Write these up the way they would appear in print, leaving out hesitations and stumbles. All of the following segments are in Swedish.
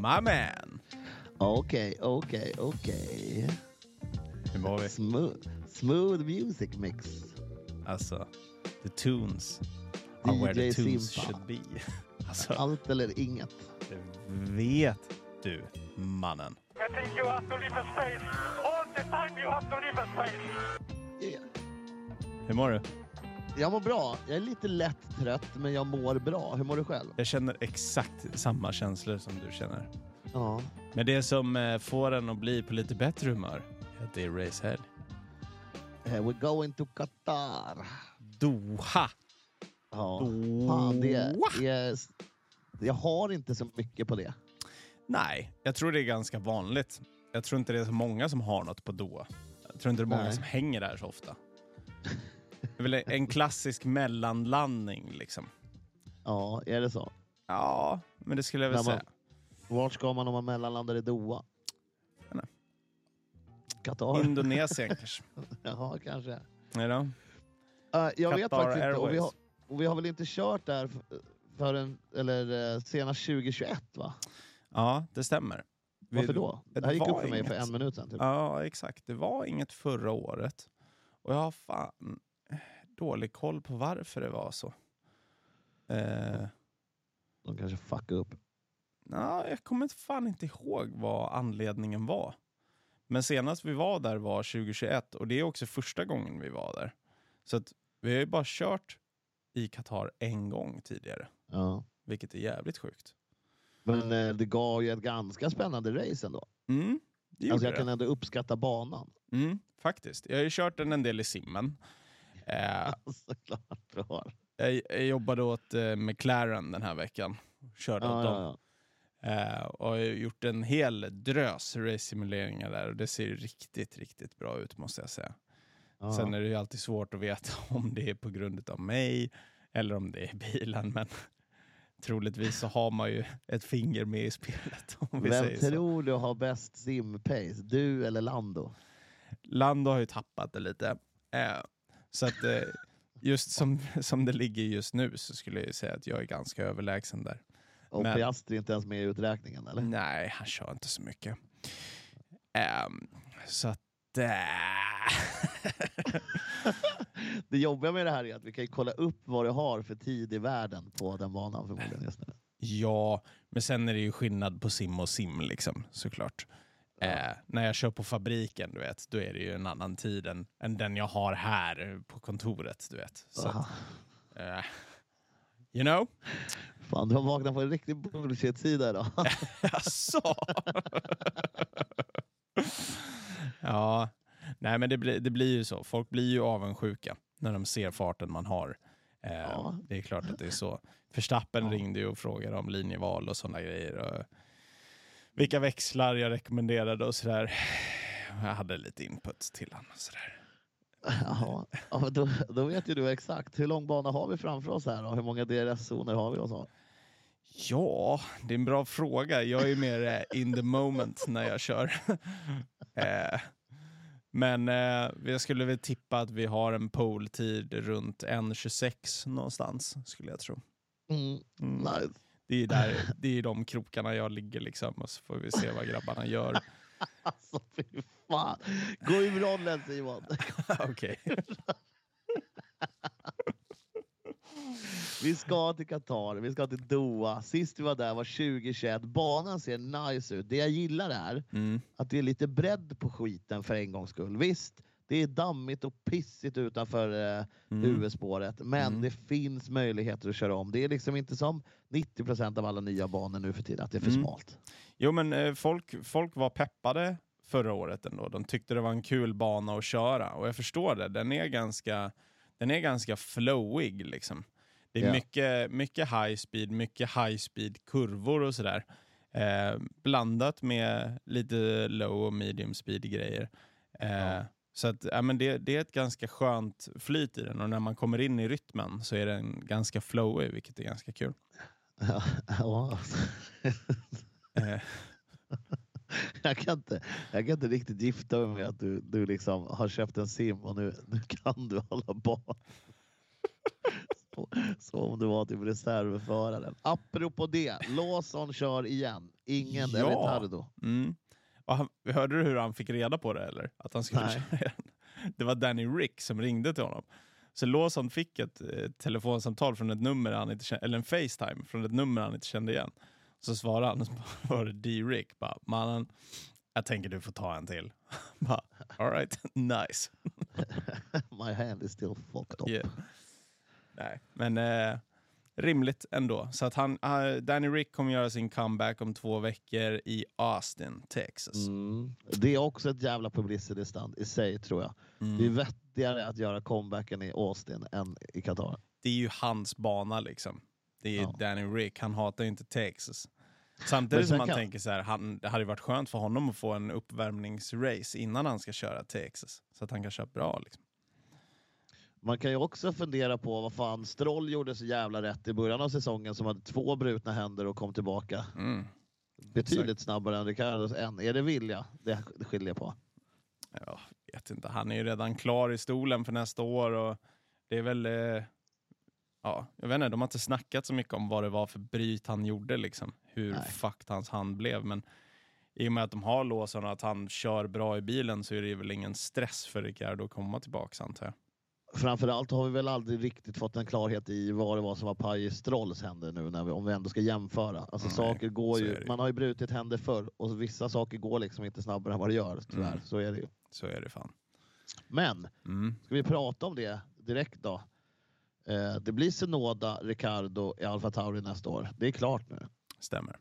My man. Okej. Hur mår vi? Smooth music mix. Alltså, the tunes are where the tunes Simpa. should be. Alltså, Allt eller inget. det vet du, mannen. I think you have to leave a space. All the time you have to leave a space. Yeah. Hur mår du? Jag mår bra. Jag är lite lätt trött, men jag mår bra. Hur mår du själv? Jag känner exakt samma känslor som du känner. Ja. Men det som får en att bli på lite bättre humör är att det är racehelg. We're going to Qatar. Doha! Ja. Doha. Fan, det är... Jag har inte så mycket på det. Nej, jag tror det är ganska vanligt. Jag tror inte det är så många som har något på Doha. Jag tror inte det är många som hänger där så ofta. Det är väl en klassisk mellanlandning liksom. Ja, är det så? Ja, men det skulle jag väl säga. Vart ska man om man mellanlandar i Doha? Nej. Qatar? Indonesien kanske. Jaha, kanske. Nej då? Jag vet Qatar faktiskt inte. Airways. Och vi har väl inte kört där senast 2021, va? Ja, det stämmer. Varför då? Det här gick upp för mig för 1 minut sedan. Typ. Ja, exakt. Det var inget förra året. Och jag har fan dålig koll på varför det var så. De kanske fuckade upp. Ja, jag kommer fan inte ihåg vad anledningen var. Men senast vi var där var 2021. Och det är också första gången vi var där. Så att vi har ju bara kört i Qatar en gång tidigare. Ja. Vilket är jävligt sjukt. Men det gav ju ett ganska spännande race ändå. Det alltså jag det. kan ändå uppskatta banan. Faktiskt. Jag har ju kört den en del i simmen. Såklart du har. Jag jobbade åt McLaren den här veckan. Körde åt dem. Och jag har gjort en hel drös race-simuleringar där. Och det ser ju riktigt, riktigt bra ut måste jag säga. Sen är det ju alltid svårt att veta om det är på grund av mig eller om det är bilen. Men troligtvis så har man ju ett finger med i spelet. Om vi Vem säger tror så. du har bäst sim-pace? Du eller Lando? Lando har ju tappat det lite. Så att just som det ligger just nu så skulle jag säga att jag är ganska överlägsen där. Och Piastri är inte ens med i uträkningen, eller? Nej, han kör inte så mycket. Så att... Det jobbiga med det här är att vi kan kolla upp vad du har för tid i världen på den banan förmodligen just nu. Ja, men sen är det ju skillnad på sim och sim liksom, såklart. När jag kör på fabriken, du vet, då är det ju en annan tid än den jag har här på kontoret, du vet. Så att, you know? Fan, du har vaknat på en riktig bullshit-sida idag. Jaså? Ja, nej men det blir ju så. Folk blir ju avundsjuka när de ser farten man har. Det är klart att det är så. Verstappen ringde ju och frågade om linjeval och sådana grejer. Och vilka växlar jag rekommenderade och sådär. Jag hade lite input till han och sådär. Ja, då vet ju du exakt. Hur lång bana har vi framför oss här och hur många DRS-zoner har vi och så? Ja, det är en bra fråga. Jag är ju mer in the moment när jag kör. Men jag skulle väl tippa att vi har en pole-tid runt 1.26 någonstans, skulle jag tro. Nice. Det är de krokarna jag ligger liksom, och så får vi se vad grabbarna gör. Alltså fy fan. Gå i rollen, Simon. Okej. Vi ska till Qatar, vi ska till Doha. Sist vi var där var 2021. Banan ser nice ut. Det jag gillar är att det är lite bredd på skiten för en gångs skull. Visst, det är dammigt och pissigt utanför huvudspåret. Men det finns möjligheter att köra om. Det är liksom inte som 90% av alla nya banor nu för tiden, att det är för smalt. Jo, men folk var peppade förra året ändå. De tyckte det var en kul bana att köra. Och jag förstår det. Den är ganska flowig liksom. Det är mycket high speed kurvor och sådär. Blandat med lite low och medium speed grejer. Så att men det är ett ganska skönt flyt i den. Och när man kommer in i rytmen så är den ganska flowy, vilket är ganska kul. Ja. Jag kan inte riktigt gifta mig med att du liksom har köpt en sim och nu kan du alla barn. Så om det var typ reservföraren. Apropå det, Lawson kör igen. Ingen Ricardo. Och hörde du hur han fick reda på det eller? Att han skulle köra igen? Det var Danny Rick som ringde till honom. Så Lawson fick ett telefonsamtal från ett nummer han inte kände, eller en FaceTime från ett nummer han inte kände igen. Så svarade han, så var det D-Rick. Bara, mannen, jag tänker du får ta en till. Bara, all right, nice. My hand is still fucked up. Yeah. Nej, men rimligt ändå. Så att Danny Rick kommer göra sin comeback om 2 veckor i Austin, Texas. Det är också ett jävla publicitystand i sig, tror jag. Det är vettigare att göra comebacken i Austin än i Qatar. Det är ju hans bana liksom. Det är Danny Rick, han hatar ju inte Texas. Samtidigt som man tänker så här, det hade varit skönt för honom att få en uppvärmningsrace innan han ska köra Texas. Så att han kan köra bra liksom. Man kan ju också fundera på vad fan Stroll gjorde så jävla rätt i början av säsongen som hade 2 brutna händer och kom tillbaka. Betydligt snabbare än Ricardos än. Är det vilja? Det skiljer på. Jag vet inte. Han är ju redan klar i stolen för nästa år och det är väl jag vet inte, de har inte snackat så mycket om vad det var för bryt han gjorde liksom. Hur fucked hans hand blev, men i och med att de har Lawson och att han kör bra i bilen så är det väl ingen stress för Ricardo att komma tillbaka, antar jag. Framförallt har vi väl aldrig riktigt fått en klarhet i vad det var som var paj i Strolls händer nu om vi ändå ska jämföra. Alltså saker går ju, man har ju brutit händer förr och vissa saker går liksom inte snabbare än vad det gör, tyvärr. Så är det ju. Så är det fan. Men, ska vi prata om det direkt då? Det blir Tsunoda, Ricardo i Alfa Tauri nästa år. Det är klart nu. Stämmer.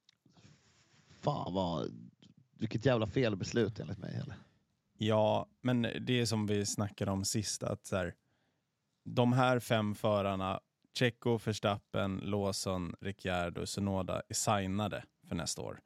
Fan vilket jävla felbeslut enligt mig. Eller? Ja, men det är som vi snackade om sist, att så här, de här 5 förarna, Checo, Verstappen, Lawson, Ricciardo, Tsunoda, är signade för nästa år.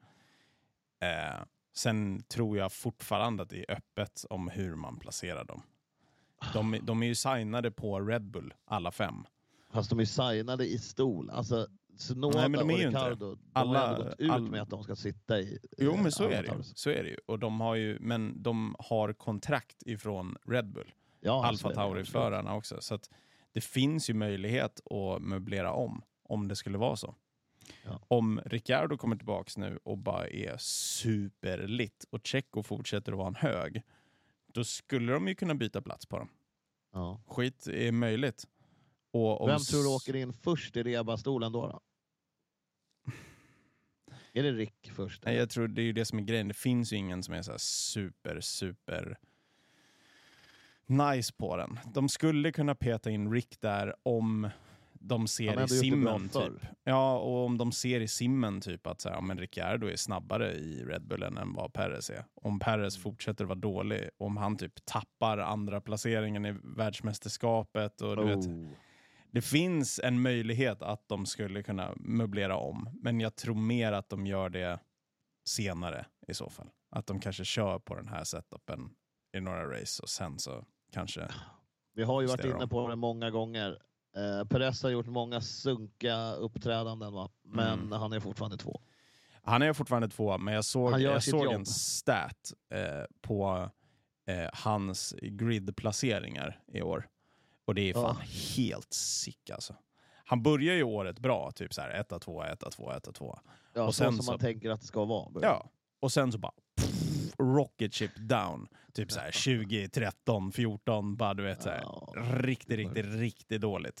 Sen tror jag fortfarande att det är öppet om hur man placerar dem. De är ju signade på Red Bull, alla 5. Fast de är signade i stol. Alltså Tsunoda och Ricardo, de har gått ut med att de ska sitta i... Jo, men så är det ju. Så är det ju. Och de har kontrakt ifrån Red Bull. Ja, Alfa Tauri-förarna också. Så att det finns ju möjlighet att möblera om det skulle vara så. Ja. Om Ricardo kommer tillbaks nu och bara är superlitt och Checo fortsätter att vara en hög, då skulle de ju kunna byta plats på dem. Ja. Skit är möjligt. Och vem tror du åker in först i rebastolen då? Är det Rick först? Nej, jag tror det är ju det som är grejen. Det finns ju ingen som är så här super nice på den. De skulle kunna peta in Rick där om de ser i simmen typ. Ja, och om de ser i simmen typ att så här, men Ricciardo är snabbare i Red Bullen än vad Perez är. Om Perez fortsätter vara dålig, om han typ tappar andra placeringen i världsmästerskapet och du vet, det finns en möjlighet att de skulle kunna möblera om, men jag tror mer att de gör det senare i så fall. Att de kanske kör på den här setupen i några race och sen så kanske... Vi har ju varit inne på det många gånger. Perez har gjort många sunka uppträdanden, va? Men han är fortfarande 2. Han är fortfarande 2, men jag såg en stat på hans gridplaceringar i år. Och det är fan helt sick alltså. Han börjar ju året bra, typ så här 1-2. Ja, och sen så man tänker att det ska vara. Ja, och sen så bara rocket ship down. Typ så här 20, 13, 14, bara du vet så här, riktigt dåligt.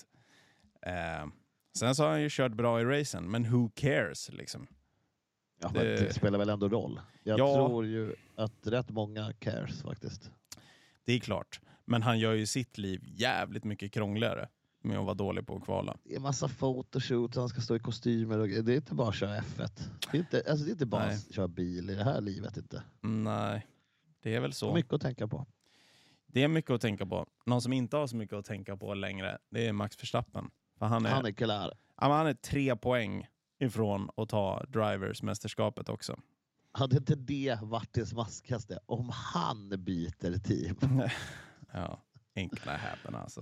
Sen så har han ju kört bra i racen, men who cares liksom? Ja, men det spelar väl ändå roll. Jag tror ju att rätt många cares faktiskt. Det är klart. Men han gör ju sitt liv jävligt mycket krångligare med att vara dålig på att kvala. Det är massa photoshoot, han ska stå i kostymer. Och det är inte bara att köra F1. Det är inte bara att köra bil i det här livet inte. Nej, det är väl så. Det är mycket att tänka på. Det är mycket att tänka på. Någon som inte har så mycket att tänka på längre, det är Max Verstappen. För han är klar. Han är 3 poäng ifrån att ta drivers-mästerskapet också. Hade inte det varit det smaskigaste om han byter team? Ja, enkla häpen alltså.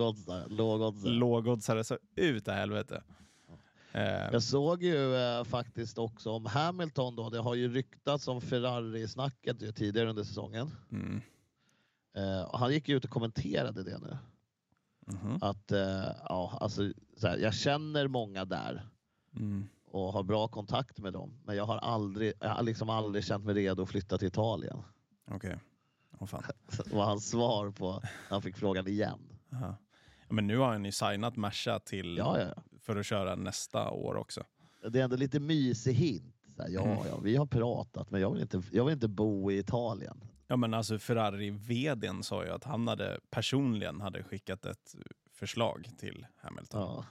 Lågoddsare så ut i helvete. Jag såg ju faktiskt också om Hamilton då. Det har ju ryktats om Ferrari-snacket tidigare under säsongen. Han gick ju ut och kommenterade det nu. Att ja, alltså, så här, jag känner många där och har bra kontakt med dem, men jag har liksom aldrig känt mig redo att flytta till Italien. Okej. Fan. Det var hans svar på han fick frågan igen. Ja, men nu har han ju signat Merca till Ja. för att köra nästa år också. Det är ändå lite mysig hint. Så här, ja, vi har pratat, men jag vill inte bo i Italien. Ja, men alltså Ferrari-vdn sa ju att han personligen hade skickat ett förslag till Hamilton.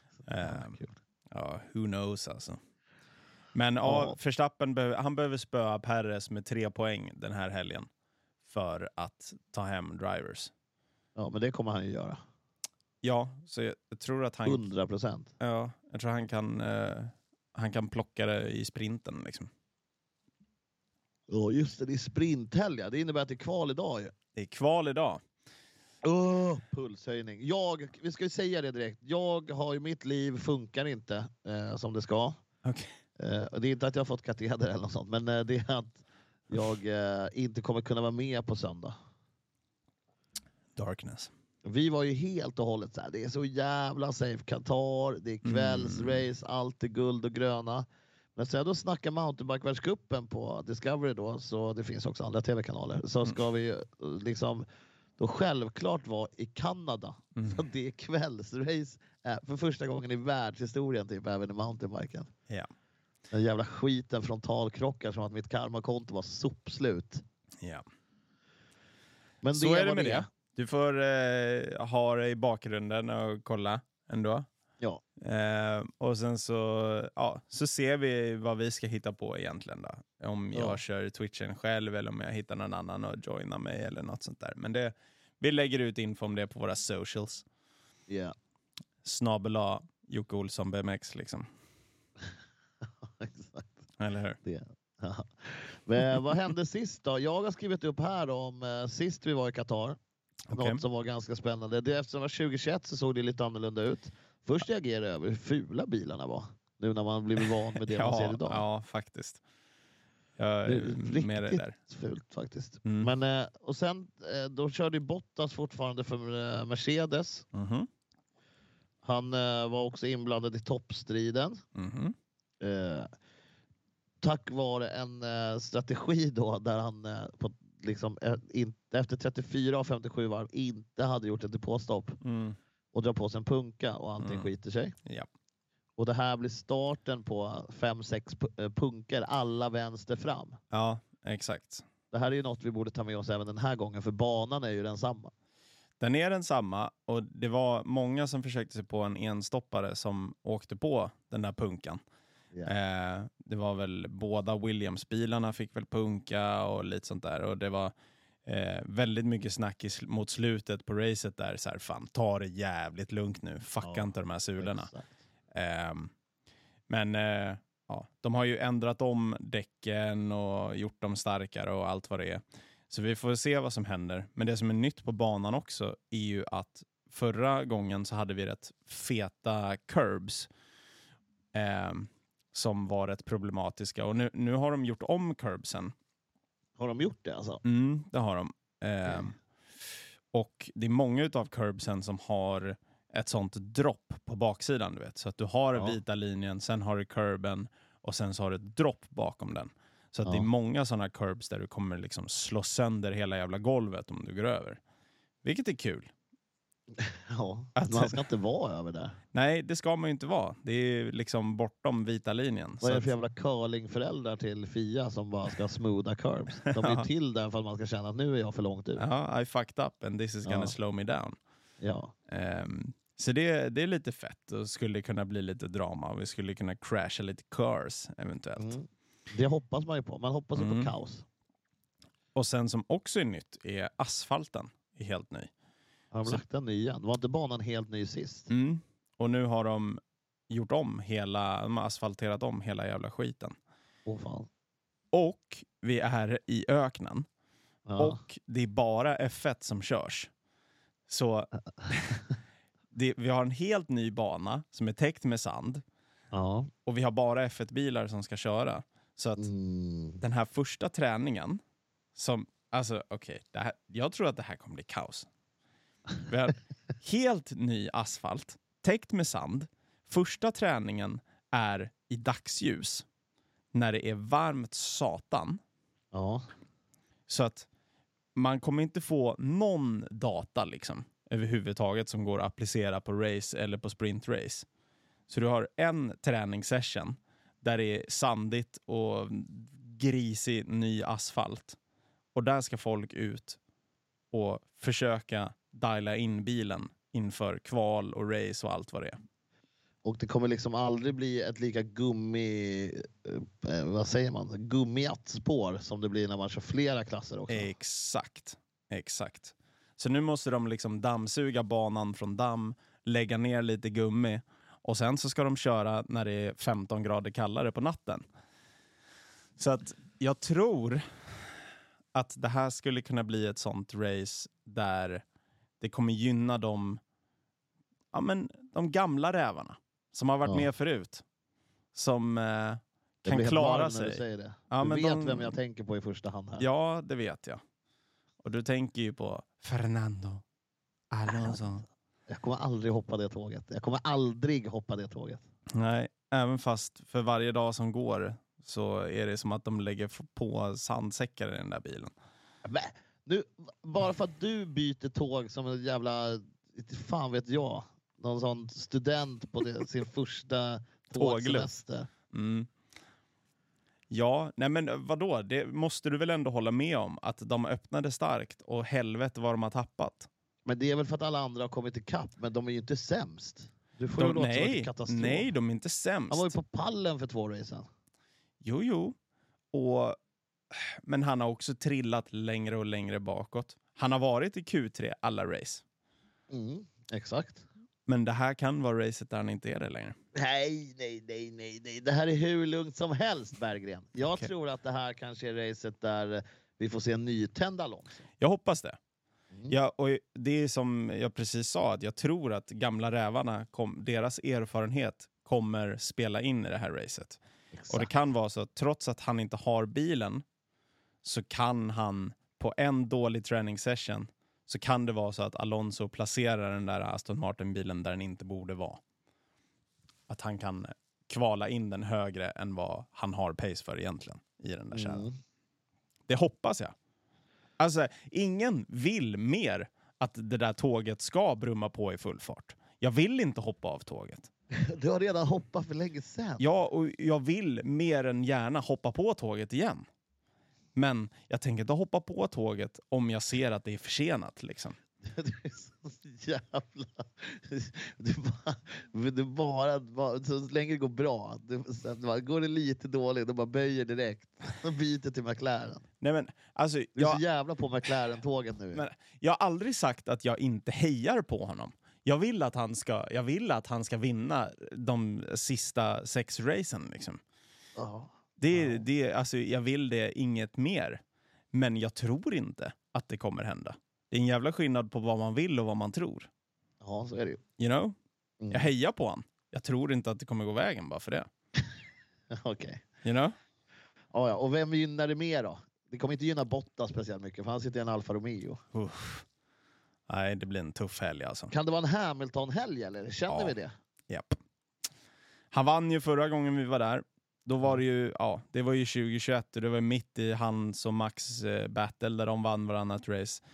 Ja, who knows alltså. Men Verstappen behöver spöa Perez med 3 poäng den här helgen för att ta hem drivers. Ja, men det kommer han ju göra. Ja, så jag tror att han 100%. Ja, jag tror han kan plocka det i sprinten liksom. Ja, just det är sprinthelg. Det innebär att det är kval idag ju. Det är kval idag. Pulshöjning. Vi ska ju säga det direkt. Jag har ju mitt liv funkar inte som det ska. Okay. Det är inte att jag har fått kateder eller något sånt, men det är att jag inte kommer kunna vara med på söndag. Darkness. Vi var ju helt och hållet så här, det är så jävla safe Qatar, det är kvällsrace, allt är guld och gröna. Men sen då snackar mountainbike-världscupen på Discovery då, så det finns också andra tv-kanaler, så ska vi liksom då självklart vara i Kanada. Så det är kvällsrace för första gången i världshistorien typ, även i mountainbiken. Ja. Den jävla skiten frontalkrockar som att mitt karmakonto var sopslut. Ja. Men så är det med det. Du får ha det i bakgrunden och kolla ändå. Ja. Och sen så ser vi vad vi ska hitta på egentligen då. Om jag kör Twitchen själv eller om jag hittar någon annan och joinar mig eller något sånt där. Men vi lägger ut info om det på våra socials. Ja. Yeah. @ Jocke Olsson BMX liksom. Exakt. Eller hur? Det. Men vad hände sist då? Jag har skrivit upp här om sist vi var i Qatar. Okay. Något som var ganska spännande. Eftersom det var 2021 så såg det lite annorlunda ut. Först reagerade jag över hur fula bilarna var. Nu när man blivit van med det man ser idag. Ja, faktiskt. Jag är med det där. Fult faktiskt. Men, och sen då körde Bottas fortfarande för Mercedes. Han var också inblandad i toppstriden. Tack vare en strategi då där han liksom, efter 34 av 57 varv inte hade gjort ett depåstopp och drar på sig en punka och allting skiter sig. Ja. Och det här blir starten på 5-6 punkter, alla vänster fram. Ja, exakt. Det här är ju något vi borde ta med oss även den här gången, för banan är ju densamma. Den är densamma och det var många som försökte sig på en enstoppare som åkte på den där punkan. Yeah. Det var väl båda Williams-bilarna fick väl punka och lite sånt där. Och det var väldigt mycket snack mot slutet på racet där. Så här, fan, ta det jävligt lugnt nu. Fucka inte de här sulorna. Men de har ju ändrat om däcken och gjort dem starkare och allt vad det är. Så vi får se vad som händer. Men det som är nytt på banan också är ju att förra gången så hade vi rätt feta curbs. Som var rätt problematiska. Och nu har de gjort om curbsen. Har de gjort det alltså? Det har de. Och det är många utav curbsen som har ett sånt dropp på baksidan, du vet. Så att du har vita linjen, sen har du curben och sen så har du ett dropp bakom den. Så att det är många sådana curbs där du kommer liksom slå sönder hela jävla golvet om du går över. Vilket är kul. Ja, man ska inte vara över där. Nej, det ska man ju inte vara. Det är liksom bortom vita linjen. Vad är det för jävla curlingföräldrar till FIA som bara ska smootha curbs? De är till där för att man ska känna att nu är jag för långt ut. Ja, I fucked up and this is gonna slow me down. Ja. Så det är lite fett och skulle kunna bli lite drama. Vi skulle kunna crasha lite cars eventuellt. Det hoppas man ju på. Man hoppas ju på kaos. Och sen som också är nytt är asfalten är helt ny. Har de lagt den ny igen? Var inte banan helt ny sist? Och nu har de gjort om de har asfalterat om hela jävla skiten. Fan. Och vi är i öknen. Och det är bara F1 som körs. Så vi har en helt ny bana som är täckt med sand. Och vi har bara F1-bilar som ska köra. Så att den här första träningen som, alltså okej, jag tror att det här kommer bli kaos. Vi har helt ny asfalt, täckt med sand. Första träningen är i dagsljus. När det är varmt satan. Ja. Så att man kommer inte få någon data liksom överhuvudtaget som går att applicera på race eller på sprintrace. Så du har en träningssession där det är sandigt och grisig ny asfalt. Och där ska folk ut och försöka diala in bilen inför kval och race och allt vad det är. Och det kommer liksom aldrig bli ett lika vad säger man? Gummiat spår som det blir när man kör flera klasser också. Exakt. Så nu måste de liksom dammsuga banan från damm, lägga ner lite gummi och sen så ska de köra när det är 15 grader kallare på natten. Så att jag tror att det här skulle kunna bli ett sånt race där det kommer gynna de gamla rävarna som har varit med förut. Som kan klara sig. Du säger det. Ja, du vet vem jag tänker på i första hand här. Ja, det vet jag. Och du tänker ju på Fernando Alonso. Jag kommer aldrig hoppa det tåget. Nej, även fast för varje dag som går så är det som att de lägger på sandsäckar i den där bilen. Nu, bara för att du byter tåg som en jävla, fan vet jag, någon sån student på sin första tågsemester. Mm. Ja, nej men vadå? Det måste du väl ändå hålla med om att de öppnade starkt och helvete vad de har tappat. Men det är väl för att alla andra har kommit ikapp, men de är ju inte sämst. Du får ju låta som en katastrof. Nej, de är inte sämst. Han var ju på pallen för 2 racen. Jo. Men han har också trillat längre och längre bakåt. Han har varit i Q3 alla race. Mm, exakt. Men det här kan vara racet där han inte är det längre. Nej. Det här är hur lugnt som helst, Berggren. Jag tror att det här kanske är racet där vi får se en nytänd Alonso. Jag hoppas det. Ja, och det är som jag precis sa, att jag tror att gamla rävarna, deras erfarenhet kommer spela in i det här racet. Exakt. Och det kan vara så att trots att han inte har bilen så kan han på en dålig träningssession så kan det vara så att Alonso placerar den där Aston Martin-bilen där den inte borde vara. Att han kan kvala in den högre än vad han har pace för egentligen i den där kärnan. Det hoppas jag. Alltså, ingen vill mer att det där tåget ska brumma på i full fart. Jag vill inte hoppa av tåget. Du har redan hoppat för länge sedan. Ja, och jag vill mer än gärna hoppa på tåget igen. Men jag tänker inte hoppa på tåget om jag ser att det är försenat liksom. Du är så jävla... Du bara så länge det går bra. Går det lite dåligt, då bara böjer direkt. Och byter till McLaren. Nej, men, alltså, du är så jävla på McLaren-tåget nu. Men, jag har aldrig sagt att jag inte hejar på honom. Jag vill att han ska vinna de sista 6 racen liksom. Alltså, jag vill det inget mer. Men jag tror inte att det kommer hända. Det är en jävla skillnad på vad man vill och vad man tror. Ja, så är det ju. You know? Jag hejar på han. Jag tror inte att det kommer gå vägen bara för det. Okej. You know? Ja, och vem gynnar det mer då? Det kommer inte gynna Bottas speciellt mycket, för han sitter i en Alfa Romeo. Nej, det blir en tuff helg alltså. Kan det vara en Hamilton-helg eller? Känner vi det? Japp. Han vann ju förra gången vi var där. Då var det ju, det var ju 2021 och det var mitt i hans och Max battle där de vann varannat race.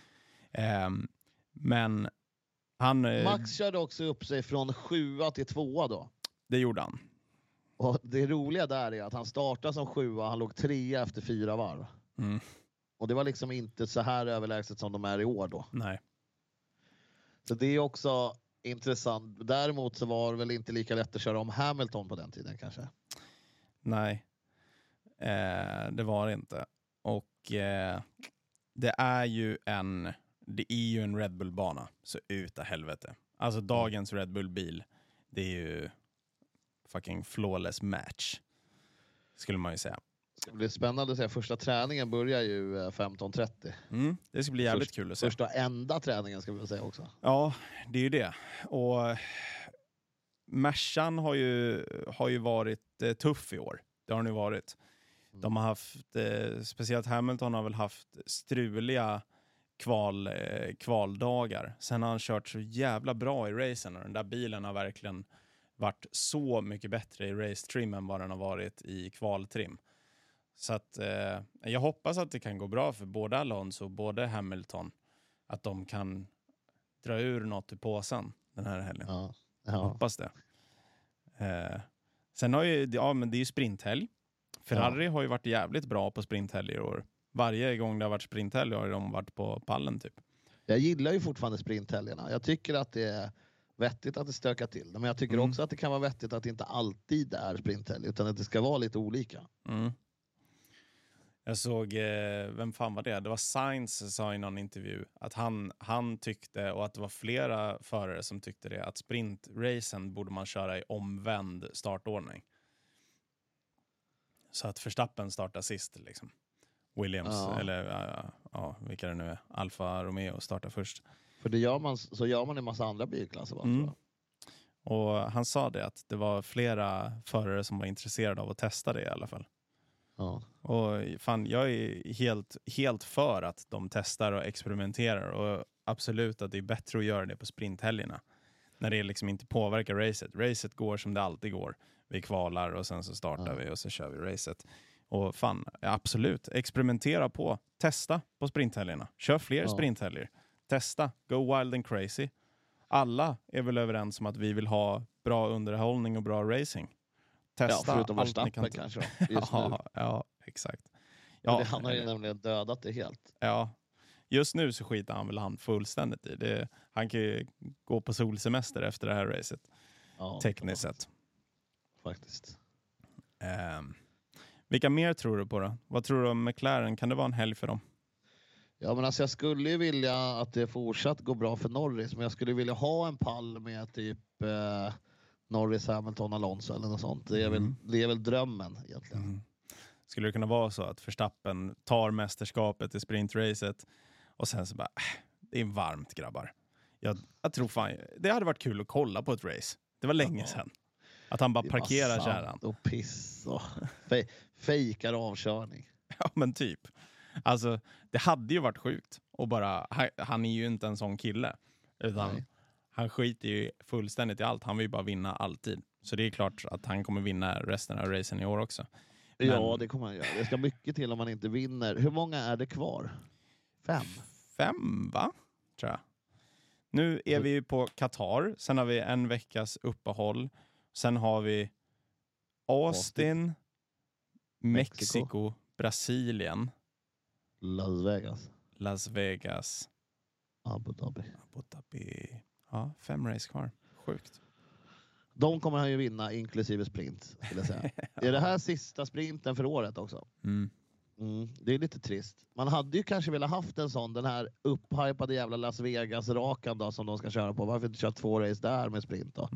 Men han... Max körde också upp sig från 7 till 2 då. Det gjorde han. Och det roliga där är att han startade som 7, han låg 3 efter 4 varv. Och det var liksom inte så här överlägset som de är i år då. Nej. Så det är också intressant. Däremot så var det väl inte lika lätt att köra om Hamilton på den tiden kanske. Nej, det var det inte. Och det är ju en Red Bull-bana, så uta helvete. Alltså dagens Red Bull-bil, det är ju fucking flawless match, skulle man ju säga. Det blir spännande att säga. Första träningen börjar ju 15:30. Det ska bli jävligt kul att se. Första enda träningen ska vi väl säga också. Ja, det är ju det. Och Mercan har ju varit tuff i år. Det har nu varit. De har haft, speciellt Hamilton har väl haft struliga kvaldagar. Sen har han kört så jävla bra i racen och den där bilen har verkligen varit så mycket bättre i race-trim än vad den har varit i kvaltrim. Så att jag hoppas att det kan gå bra för både Alonso och både Hamilton. Att de kan dra ur något i påsen den här helgen. Ja. Jag hoppas det. Sen har ju, men det är ju sprinthelg. Ferrari har ju varit jävligt bra på sprinthelg i år. Varje gång det har varit sprinthelg har de varit på pallen typ. Jag gillar ju fortfarande sprinthelgerna. Jag tycker att det är vettigt att det stökar till. Men jag tycker också att det kan vara vettigt att det inte alltid är sprinthelg utan att det ska vara lite olika. Jag såg, vem fan var det? Det var Sainz sa i någon intervju att han tyckte, och att det var flera förare som tyckte det, att sprintracen borde man köra i omvänd startordning. Så att Verstappen startar sist liksom. Williams eller vilka det nu är. Alfa Romeo startar först. För det gör man i en massa andra bilklasser tror jag. Och han sa det att det var flera förare som var intresserade av att testa det i alla fall. Ja. Och fan, jag är helt för att de testar och experimenterar och absolut att det är bättre att göra det på sprinthelgerna. När det liksom inte påverkar racet. Racet går som det alltid går. Vi kvalar och sen så startar vi och så kör vi racet. Och fan, absolut. Experimentera på. Testa på sprinthelgerna. Kör fler sprinthelger. Testa. Go wild and crazy. Alla är väl överens om att vi vill ha bra underhållning och bra racing. Testa förutom allt ni Verstappen kan. kanske. Just nu. Ja, exakt. Han har ju nämligen dödat det helt. Ja. Just nu så skiter han fullständigt i det. Han kan ju gå på solsemester efter det här racet. Ja, tekniskt sett. Faktiskt. Vilka mer tror du på då? Vad tror du om McLaren? Kan det vara en helg för dem? Ja, men alltså jag skulle ju vilja att det fortsatt går bra för Norris, men jag skulle vilja ha en pall med typ Norris, Hamilton, Alonso eller något sånt. Det är väl drömmen egentligen. Skulle det kunna vara så att Verstappen tar mästerskapet i sprintracet och sen så bara, det är varmt grabbar. Jag tror fan, det hade varit kul att kolla på ett race. Det var länge sedan. Att han bara parkerar kärran. Och piss och fejkar avkörning. Ja, men typ. Alltså, det hade ju varit sjukt. Och bara, han är ju inte en sån kille. Utan han skiter ju fullständigt i allt. Han vill ju bara vinna alltid. Så det är klart att han kommer vinna resten av racen i år också. Men, ja, det kommer han göra. Det ska mycket till om man inte vinner. Hur många är det kvar? 5, va? Tror jag. Nu är vi på Qatar. Sen har vi en veckas uppehåll. Sen har vi Austin, Mexiko, Brasilien, Las Vegas, Abu Dhabi. Ja, 5 race kvar. Sjukt. De kommer han ju vinna inklusive sprint, skulle jag säga. Är det här sista sprinten för året också? Det är lite trist. Man hade ju kanske velat haft en sån, den här upphypade jävla Las Vegas-rakan då, som de ska köra på. Varför inte köra 2 race där med sprint då?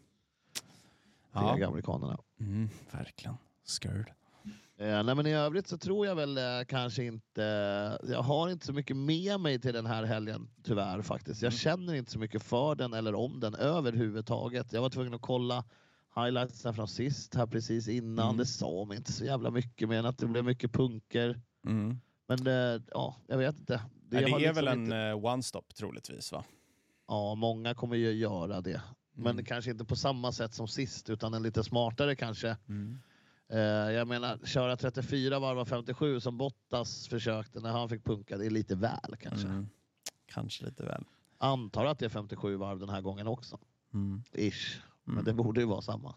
Ja. Amerikanerna. Verkligen. Scared. Nej, men i övrigt så tror jag väl kanske inte... Jag har inte så mycket med mig till den här helgen, tyvärr faktiskt. Jag känner inte så mycket för den eller om den överhuvudtaget. Jag var tvungen att kolla highlightsen från sist här precis innan. Det sa mig inte så jävla mycket, men att det blev mycket punker. Men jag vet inte. Det är liksom väl en one-stop troligtvis, va? Ja, många kommer ju göra det. Men kanske inte på samma sätt som sist, utan en lite smartare kanske. Jag menar, köra 34 varv av 57 som Bottas försökte när han fick punka, det är lite väl kanske. Kanske lite väl. Antar att det är 57 varv den här gången också. Ish. Men det borde ju vara samma.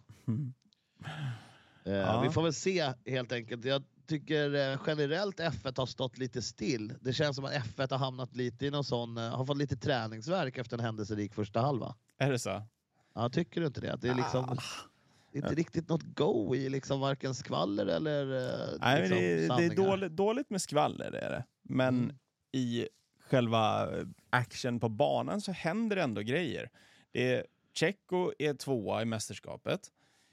Vi får väl se helt enkelt. Jag tycker generellt F1 har stått lite still. Det känns som att F1 har hamnat lite i någon sån, har fått lite träningsverk efter en händelserik första halva. Är det så? Ja, tycker du inte det? Att det är liksom... inte riktigt något go i liksom varken skvaller eller nej, liksom det är dåligt med skvaller är det. Men i själva action på banan så händer det ändå grejer. Checo är 2 i mästerskapet.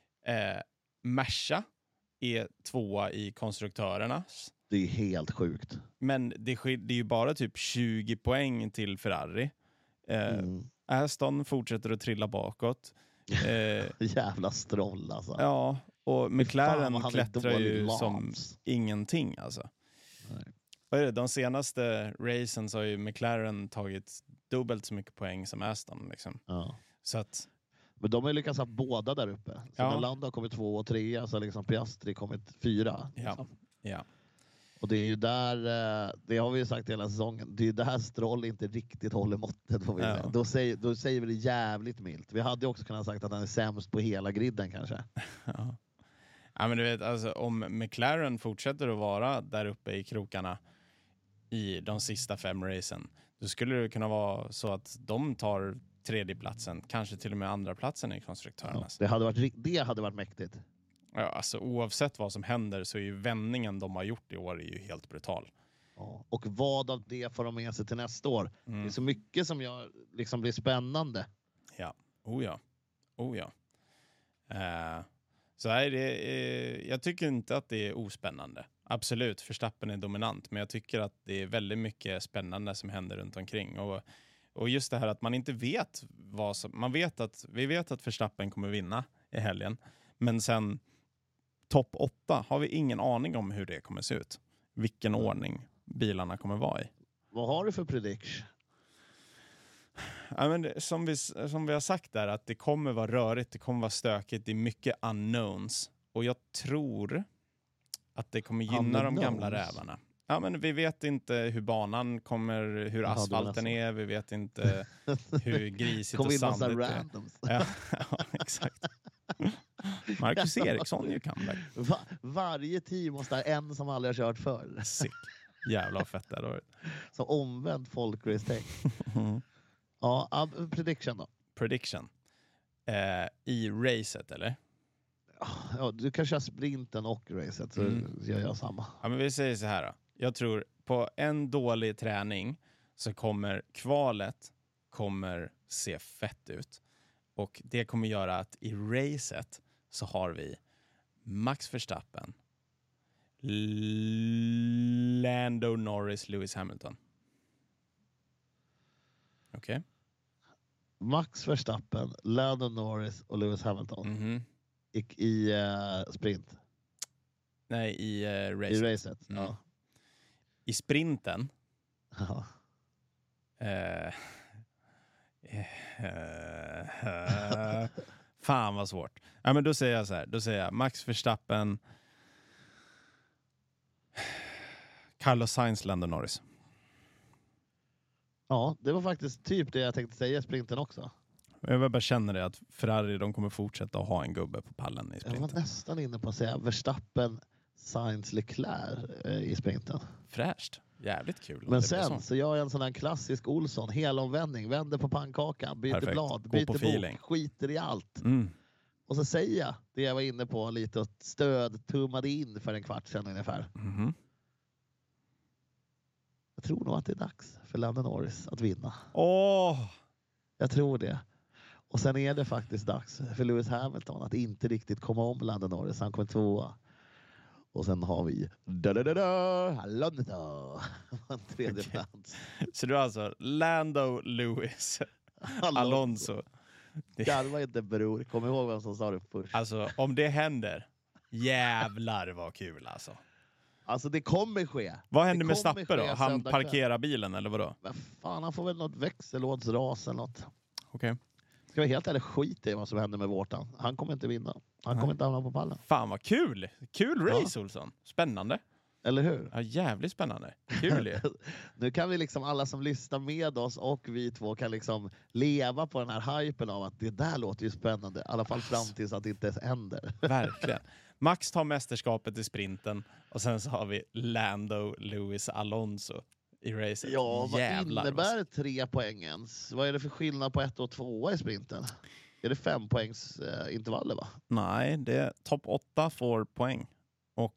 Merca är 2 i konstruktörernas. Det är helt sjukt. Men det är ju bara typ 20 poäng till Ferrari. Aston fortsätter att trilla bakåt. Jävla stroll alltså. Ja, och McLaren klättrar ju som ingenting alltså. Vad är det? De senaste racen så har ju McLaren tagit dubbelt så mycket poäng som Aston. Liksom. Ja. Så att, Men de har ju lyckats ha båda där uppe. Så Ja. när Lando har kommit 2 och 3 så har liksom Piastri kommit 4. Liksom. ja. Och det är ju där, det har vi ju sagt hela säsongen, det är ju där Stroll inte riktigt håller måttet. Ja. Då säger vi det jävligt milt. Vi hade också kunnat sagt att han är sämst på hela griden kanske. Ja, men du vet, alltså, om McLaren fortsätter att vara där uppe i krokarna i de sista 5 racen, då skulle det kunna vara så att de tar 3:e platsen, kanske till och med 2:a platsen i konstruktörernas. Ja, det hade varit mäktigt. Ja, alltså, oavsett vad som händer så är ju vändningen de har gjort i år är ju helt brutal. Ja. Och vad av det får de med sig till nästa år? Det är så mycket som liksom blir spännande. Ja, oh ja. Så är det, jag tycker inte att det är ospännande. Absolut, Verstappen är dominant, men jag tycker att det är väldigt mycket spännande som händer runt omkring. Och just det här att man inte vet vad som... Vi vet att Verstappen kommer vinna i helgen, men sen topp 8 har vi ingen aning om hur det kommer se ut. Vilken ordning bilarna kommer vara i. Vad har du för prediction? Ja, men som vi har sagt där, att det kommer vara rörigt, det kommer vara stökigt, det är mycket unknowns. Och jag tror att det kommer gynna de gamla rävarna. Ja, men vi vet inte hur banan kommer, hur asfalten är, vi vet inte hur grisigt och sandigt det är. Ja, exakt. Marcus Eriksson ju comeback. Varje team måste ha en som aldrig har kört förr. Sick. Jävla fett där då. Så omvänt folkrace-tänk. Ja, prediction då. Prediction. I racet, eller? Ja, du kan köra sprinten och racet, så gör jag samma. Ja, men vi säger så här då. Jag tror på en dålig träning så kommer kvalet se fett ut. Och det kommer göra att i racet så har vi Max Verstappen, Lando Norris, Lewis Hamilton. Okej. Okay. Max Verstappen, Lando Norris och Lewis Hamilton. I sprint. Nej, i racet. I racet, ja. I sprinten. Ja. Fan vad svårt. Ja, men då säger jag så här. Då säger jag Max Verstappen, Carlos Sainz, Lando Norris. Ja, det var faktiskt typ det jag tänkte säga i sprinten också. Jag bara känner det att Ferrari, de kommer fortsätta att ha en gubbe på pallen i sprinten. Jag var nästan inne på att säga Verstappen, Sainz, Leclerc i sprinten. Fräscht. Jävligt kul. Men sen så gör jag en sån här klassisk Olsson, helomvändning, vänder på pannkakan, byter Perfekt. blad, Gå byter på bok, feeling. skiter i allt. Mm. Och så säger jag det jag var inne på lite och tummade in för en kvart sedan ungefär. Mm-hmm. Jag tror nog att det är dags för Lando Norris att vinna. Åh! Jag tror det. Och sen är det faktiskt dags för Lewis Hamilton att inte riktigt komma om Lando Norris. Han kommer 2. Och sen har vi Alonso. Tredje plats. Så du har alltså Lando, Lewis, Alonso. Garva inte bror. Kom ihåg vem som sa det först. Alltså om det händer, jävlar vad kul alltså. Alltså det kommer ske. Vad händer med Stappe då? Han parkerar bilen eller vadå? Men fan, han får väl något växellådsras eller något. Okej. Ska jag vara helt ärlig, skit i vad som händer med Vårtan. Han kommer inte vinna. Han kommer inte hamna på pallen. Fan vad kul! Kul race, Olsson. Spännande. Eller hur? Ja, jävligt spännande. Kul ju. Nu kan vi liksom, alla som lyssnar med oss och vi två kan liksom leva på den här hypen av att det där låter ju spännande. I alla fall fram tills att det inte ens händer. Verkligen. Max tar mästerskapet i sprinten och sen så har vi Lando, Lewis, Alonso i racet. Ja, vad Jävlar, innebär 3 poängens? Vad är det för skillnad på 1 och 2 i sprinten? Är det 5 poängs intervaller va? Nej, det är topp 8 får poäng. Och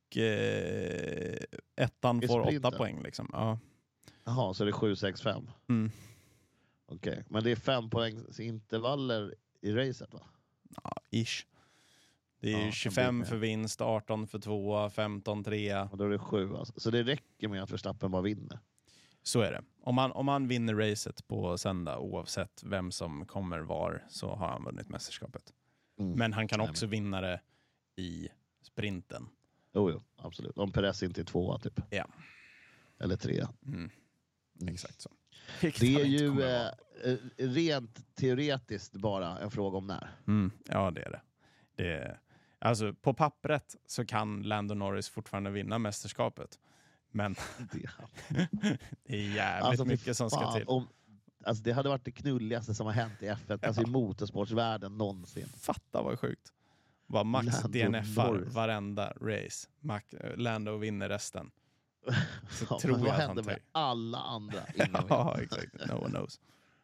ettan får 8 poäng liksom. Ja. Jaha, så det är 7, 6, 5? Mm. Okej, men det är 5 poängs intervaller i racet va? Ja, ish. Det är 25 för vinst, 18 för 2, 15 3. Och då är det 7 alltså. Så det räcker med att Verstappen bara vinner? Så är det. Om man vinner racet på söndag, oavsett vem som kommer var, så har han vunnit mästerskapet. Men han kan också vinna det i sprinten. Jo, absolut. Om Perez inte är 2 typ. Ja. Eller 3. Exakt så. Det är ju rent teoretiskt bara en fråga om när. Ja, det är det. Alltså, på pappret så kan Lando Norris fortfarande vinna mästerskapet. Men det är jävligt mycket som ska till. Alltså, det hade varit det knulligaste som har hänt i F1, alltså i motorsportsvärlden någonsin. Fatta vad sjukt. Bara Max DNF:ar varenda race. Lando vinner resten. Så tror vad jag händer med alla andra? Ja, exakt. No one knows.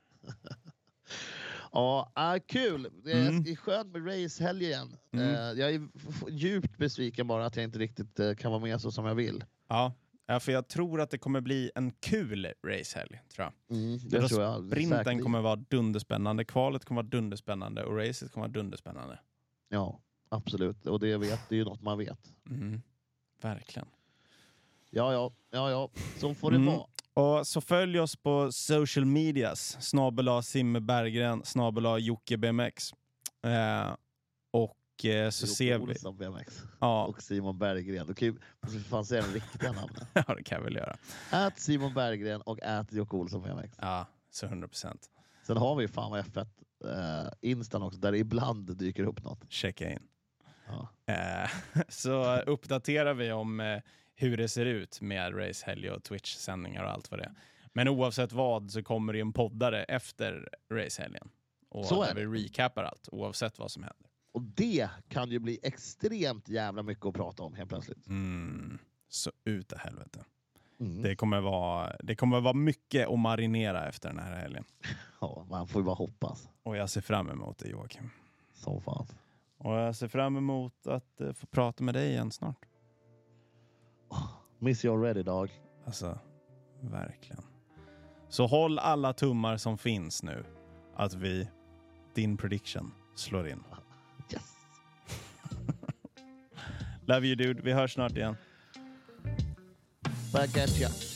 Ja, kul. Det är skönt med racehelgen. Jag är djupt besviken bara att jag inte riktigt kan vara med så som jag vill. Ja, för jag tror att det kommer bli en kul racehelg, tror jag. Det tror jag. Sprinten kommer vara dunderspännande, kvalet kommer vara dunderspännande och racet kommer vara dunderspännande. Ja, absolut. Och det är ju något man vet. Verkligen. Ja. Så får det vara. Och så följ oss på social medias. /Simme Berggren, /Jocke BMX. Och så ser vi... BMX. Ja. Och Simon Berggren. Du kan ju fan säga den riktiga namnet. Ja, det kan jag väl göra. Simon Berggren och Jocke Olsson BMX. Ja, så 100%. Sen har vi fan F1 Instan också, där det ibland dyker upp något. Checka in. Ja. Så uppdaterar vi om hur det ser ut med racehelg och Twitch-sändningar och allt vad det är. Men oavsett vad så kommer det en poddare efter racehelgen. Och så där vi recapar allt, oavsett vad som händer. Och det kan ju bli extremt jävla mycket att prata om helt plötsligt. Så ut i helvete. Det kommer vara mycket att marinera efter den här helgen. Ja, man får ju bara hoppas. Och jag ser fram emot det, Joakim. Så fan. Och jag ser fram emot att få prata med dig igen snart. Miss you already, dog. Alltså, verkligen. Så håll alla tummar som finns nu att din prediction slår in. Yes. Love you, dude. Vi hörs snart igen. Back at ya.